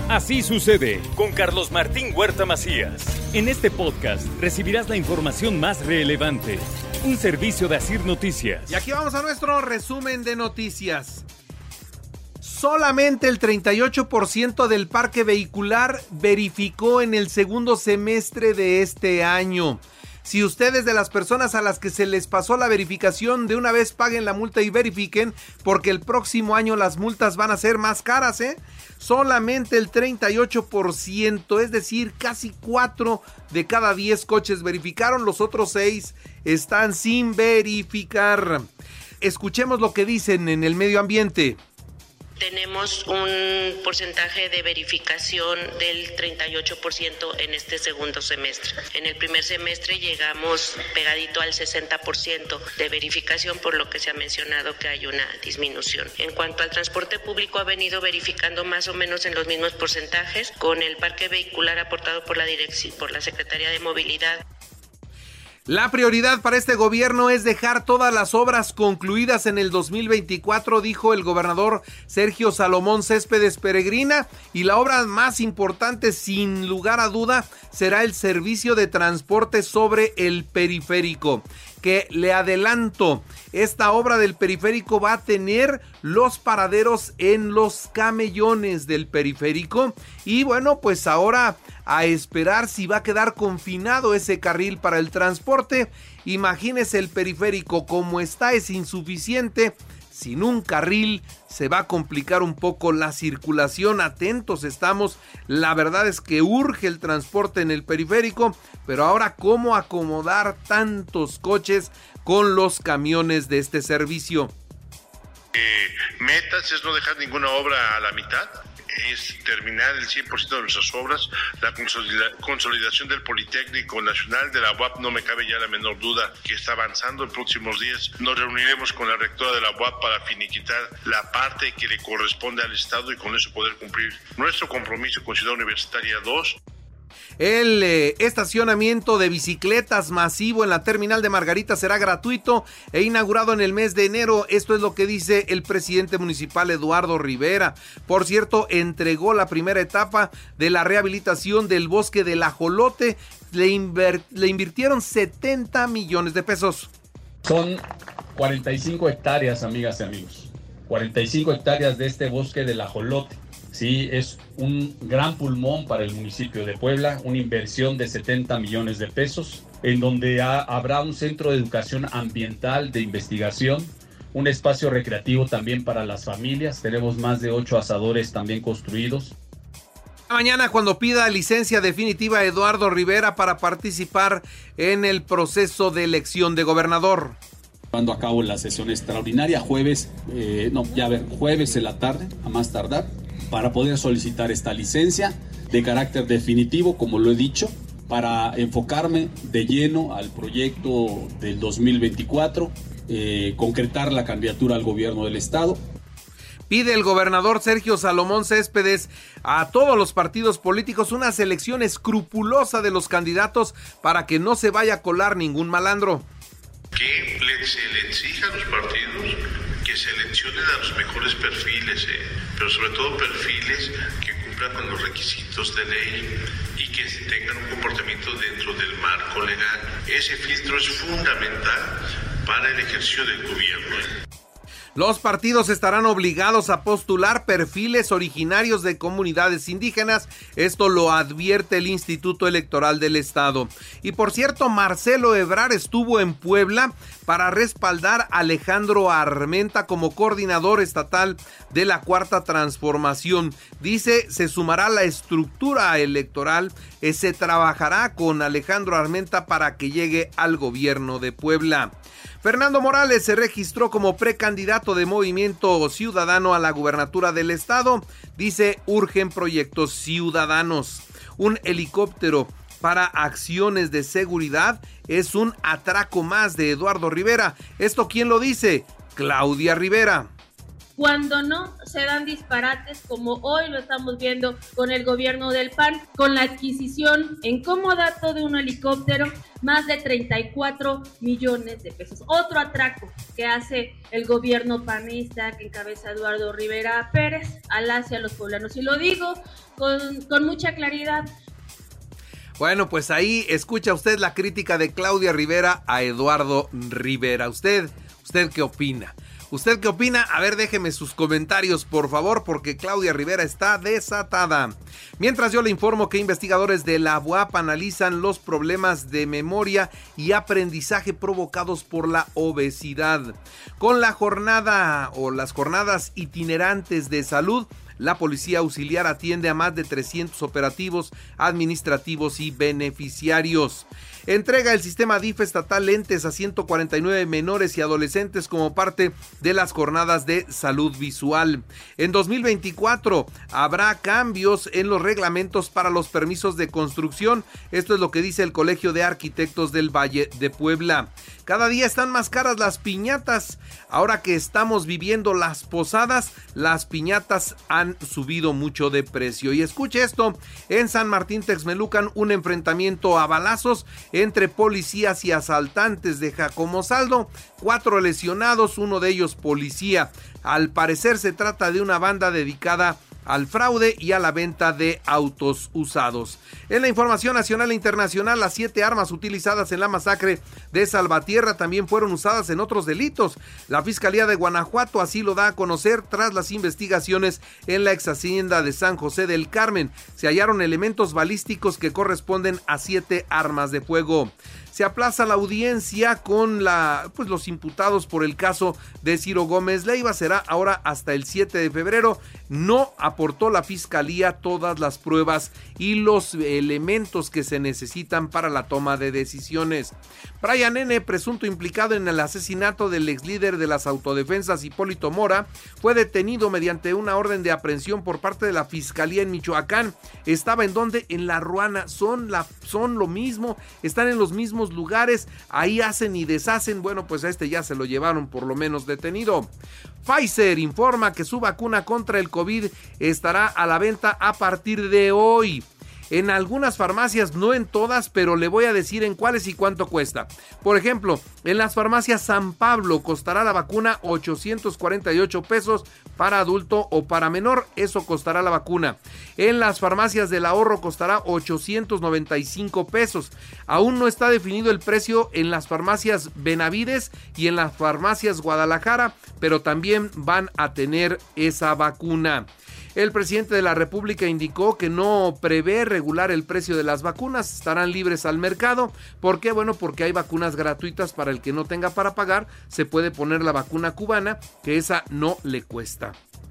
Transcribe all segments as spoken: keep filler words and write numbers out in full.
Así sucede con Carlos Martín Huerta Macías. En este podcast recibirás la información más relevante. Un servicio de Asir Noticias. Y aquí vamos a nuestro resumen de noticias. Solamente el treinta y ocho por ciento del parque vehicular verificó en el segundo semestre de este año. Si ustedes de las personas a las que se les pasó la verificación, de una vez paguen la multa y verifiquen, porque el próximo año las multas van a ser más caras, ¿eh? Solamente el treinta y ocho por ciento, es decir, casi cuatro de cada diez coches verificaron, los otros seis están sin verificar. Escuchemos lo que dicen en el medio ambiente. Tenemos un porcentaje de verificación del treinta y ocho por ciento en este segundo semestre. En el primer semestre llegamos pegadito al sesenta por ciento de verificación, por lo que se ha mencionado que hay una disminución. En cuanto al transporte público, ha venido verificando más o menos en los mismos porcentajes, con el parque vehicular aportado por la dirección, por la Secretaría de Movilidad. La prioridad para este gobierno es dejar todas las obras concluidas en el dos mil veinticuatro, dijo el gobernador Sergio Salomón Céspedes Peregrina, y la obra más importante, sin lugar a duda, será el servicio de transporte sobre el periférico. Que le adelanto, esta obra del periférico va a tener los paraderos en los camellones del periférico y bueno, pues ahora a esperar si va a quedar confinado ese carril para el transporte. Imagínese, el periférico como está, es insuficiente. Sin un carril se va a complicar un poco la circulación. Atentos estamos, la verdad es que urge el transporte en el periférico, pero ahora cómo acomodar tantos coches con los camiones de este servicio. Eh, metas es no dejar ninguna obra a la mitad, es terminar el cien por ciento de nuestras obras. La consolida- consolidación del Politécnico Nacional, de la U A P, no me cabe ya la menor duda que está avanzando. En próximos días nos reuniremos con la rectora de la U A P para finiquitar la parte que le corresponde al Estado y con eso poder cumplir nuestro compromiso con Ciudad Universitaria dos. El eh, estacionamiento de bicicletas masivo en la terminal de Margarita será gratuito e inaugurado en el mes de enero. Esto es lo que dice el presidente municipal Eduardo Rivera. Por cierto, entregó la primera etapa de la rehabilitación del bosque del Ajolote. Le, inver- le invirtieron setenta millones de pesos. Son cuarenta y cinco hectáreas, amigas y amigos. cuarenta y cinco hectáreas de este bosque del Ajolote. Sí, es un gran pulmón para el municipio de Puebla, una inversión de setenta millones de pesos, en donde ha, habrá un centro de educación ambiental, de investigación, un espacio recreativo también para las familias. Tenemos más de ocho asadores también construidos. Mañana, cuando pida licencia definitiva Eduardo Rivera para participar en el proceso de elección de gobernador. Llevando a cabo la sesión extraordinaria jueves, eh, no, ya ver, jueves en la tarde, a más tardar, para poder solicitar esta licencia de carácter definitivo, como lo he dicho, para enfocarme de lleno al proyecto del dos mil veinticuatro, eh, concretar la candidatura al gobierno del estado. Pide el gobernador Sergio Salomón Céspedes a todos los partidos políticos una selección escrupulosa de los candidatos para que no se vaya a colar ningún malandro. Que le, se le exija a los partidos que seleccionen a los mejores perfiles, eh, pero sobre todo perfiles que cumplan con los requisitos de ley y que tengan un comportamiento dentro del marco legal. Ese filtro es fundamental para el ejercicio del gobierno. Eh. Los partidos estarán obligados a postular perfiles originarios de comunidades indígenas. Esto lo advierte el Instituto Electoral del Estado. Y por cierto, Marcelo Ebrard estuvo en Puebla para respaldar a Alejandro Armenta como coordinador estatal de la Cuarta Transformación. Dice, se sumará la estructura electoral, y se trabajará con Alejandro Armenta para que llegue al gobierno de Puebla. Fernando Morales se registró como precandidato de Movimiento Ciudadano a la gubernatura del estado. Dice, urgen proyectos ciudadanos. Un helicóptero para acciones de seguridad es un atraco más de Eduardo Rivera. ¿Esto quién lo dice? Claudia Rivera. cuando no se dan disparates como hoy lo estamos viendo con el gobierno del P A N, con la adquisición en comodato de un helicóptero, más de treinta y cuatro millones de pesos. Otro atraco que hace el gobierno panista que encabeza Eduardo Rivera Pérez al hacia los poblanos. Y lo digo con, con mucha claridad. Bueno, pues ahí escucha usted la crítica de Claudia Rivera a Eduardo Rivera. ¿Usted, usted qué opina? ¿Usted qué opina? A ver, déjeme sus comentarios, por favor, porque Claudia Rivera está desatada. Mientras yo le informo que investigadores de la U A P analizan los problemas de memoria y aprendizaje provocados por la obesidad. Con la jornada o las jornadas itinerantes de salud, la Policía Auxiliar atiende a más de trescientos operativos administrativos y beneficiarios. Entrega el sistema D I F estatal lentes a ciento cuarenta y nueve menores y adolescentes como parte de las jornadas de salud visual. En dos mil veinticuatro habrá cambios en los reglamentos para los permisos de construcción. Esto es lo que dice el Colegio de Arquitectos del Valle de Puebla. Cada día están más caras las piñatas. Ahora que estamos viviendo las posadas, las piñatas han subido mucho de precio. Y escuche esto, en San Martín Texmelucan, un enfrentamiento a balazos entre policías y asaltantes deja como saldo cuatro lesionados, uno de ellos policía. Al parecer se trata de una banda dedicada al fraude y a la venta de autos usados. En la información nacional e internacional, las siete armas utilizadas en la masacre de Salvatierra también fueron usadas en otros delitos. La Fiscalía de Guanajuato así lo da a conocer tras las investigaciones en la ex hacienda de San José del Carmen. Se hallaron elementos balísticos que corresponden a siete armas de fuego. Se aplaza la audiencia con la, pues, los imputados por el caso de Ciro Gómez Leiva. Será ahora hasta el siete de febrero. No aportó la fiscalía todas las pruebas y los elementos que se necesitan para la toma de decisiones. Brian N., presunto implicado en el asesinato del ex líder de las autodefensas Hipólito Mora, fue detenido mediante una orden de aprehensión por parte de la fiscalía en Michoacán. Estaba en donde, en La Ruana. Son, la, son lo mismo, están en los mismos lugares, ahí hacen y deshacen. Bueno, pues a este ya se lo llevaron por lo menos detenido. Pfizer informa que su vacuna contra el COVID estará a la venta a partir de hoy. En algunas farmacias, no en todas, pero le voy a decir en cuáles y cuánto cuesta. Por ejemplo, en las farmacias San Pablo costará la vacuna ochocientos cuarenta y ocho pesos para adulto o para menor, eso costará la vacuna. En las farmacias del Ahorro costará ochocientos noventa y cinco pesos. Aún no está definido el precio en las farmacias Benavides y en las farmacias Guadalajara, pero también van a tener esa vacuna. El presidente de la República indicó que no prevé regular el precio de las vacunas, estarán libres al mercado. ¿Por qué? Bueno, porque hay vacunas gratuitas para el que no tenga para pagar, se puede poner la vacuna cubana, que esa no le cuesta.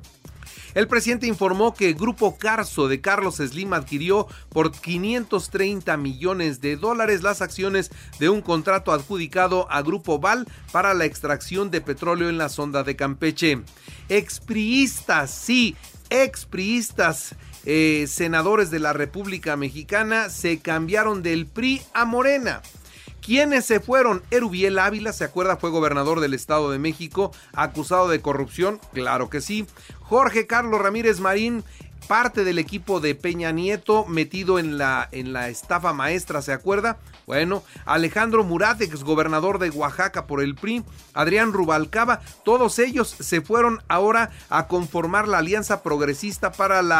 El presidente informó que Grupo Carso de Carlos Slim adquirió por quinientos treinta millones de dólares las acciones de un contrato adjudicado a Grupo Val para la extracción de petróleo en la sonda de Campeche. Expriistas, sí, expriistas, eh, senadores de la República Mexicana se cambiaron del P R I a Morena. ¿Quiénes se fueron? Erubiel Ávila, ¿se acuerda? Fue gobernador del Estado de México, acusado de corrupción, claro que sí. Jorge Carlos Ramírez Marín, parte del equipo de Peña Nieto, metido en la, en la estafa maestra, ¿se acuerda? Bueno, Alejandro Murat, exgobernador de Oaxaca por el P R I, Adrián Rubalcaba, todos ellos se fueron ahora a conformar la Alianza Progresista para el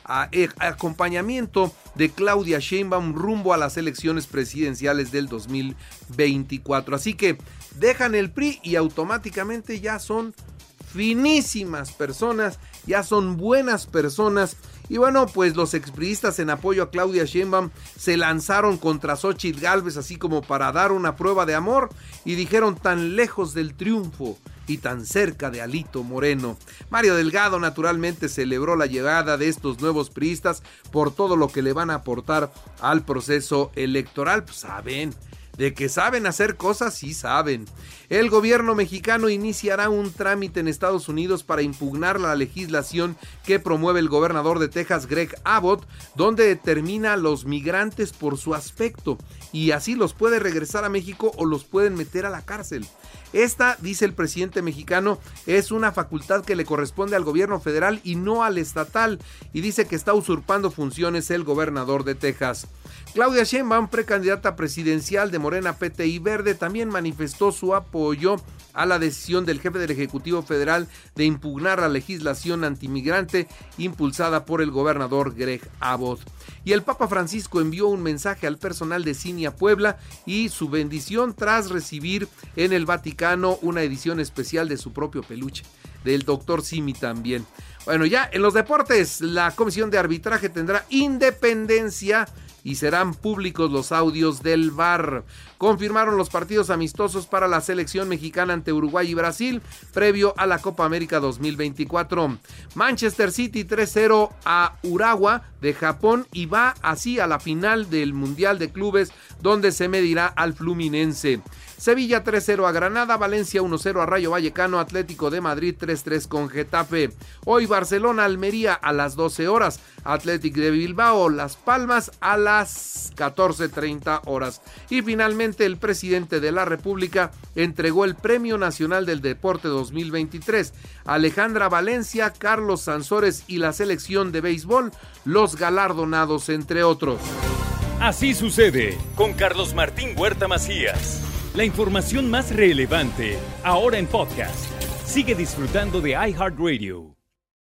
acompañamiento de Claudia Sheinbaum rumbo a las elecciones presidenciales del dos mil veinticuatro. Así que dejan el P R I y automáticamente ya son finísimas personas, ya son buenas personas. Y bueno, pues los expriistas en apoyo a Claudia Sheinbaum se lanzaron contra Xóchitl Gálvez, así como para dar una prueba de amor, y dijeron: tan lejos del triunfo y tan cerca de Alito Moreno. Mario Delgado naturalmente celebró la llegada de estos nuevos priistas por todo lo que le van a aportar al proceso electoral. Pues saben, De que saben hacer cosas, sí saben. El gobierno mexicano iniciará un trámite en Estados Unidos para impugnar la legislación que promueve el gobernador de Texas, Greg Abbott, donde determina a los migrantes por su aspecto y así los puede regresar a México o los pueden meter a la cárcel. Esta, dice el presidente mexicano, es una facultad que le corresponde al gobierno federal y no al estatal, y dice que está usurpando funciones el gobernador de Texas. Claudia Sheinbaum, precandidata presidencial de Morena, P T y Verde, también manifestó su apoyo a la decisión del jefe del Ejecutivo Federal de impugnar la legislación antimigrante impulsada por el gobernador Greg Abbott. Y el Papa Francisco envió un mensaje al personal de Cinia Puebla y su bendición tras recibir en el Vaticano una edición especial de su propio peluche, del doctor Simi también. Bueno, ya en los deportes, la Comisión de Arbitraje tendrá independencia y serán públicos los audios del V A R. Confirmaron los partidos amistosos para la selección mexicana ante Uruguay y Brasil, previo a la Copa América dos mil veinticuatro. Manchester City tres cero a Urawa de Japón y va así a la final del Mundial de Clubes, donde se medirá al Fluminense. Sevilla tres cero a Granada, Valencia uno cero a Rayo Vallecano, Atlético de Madrid tres tres con Getafe. Hoy Barcelona Almería a las doce horas, Athletic de Bilbao Las Palmas a las catorce treinta horas. Y finalmente el presidente de la República entregó el Premio Nacional del Deporte dos mil veintitrés. Alejandra Valencia, Carlos Sansores y la selección de béisbol, los galardonados entre otros. Así sucede con Carlos Martín Huerta Macías. La información más relevante, ahora en podcast. Sigue disfrutando de iHeartRadio.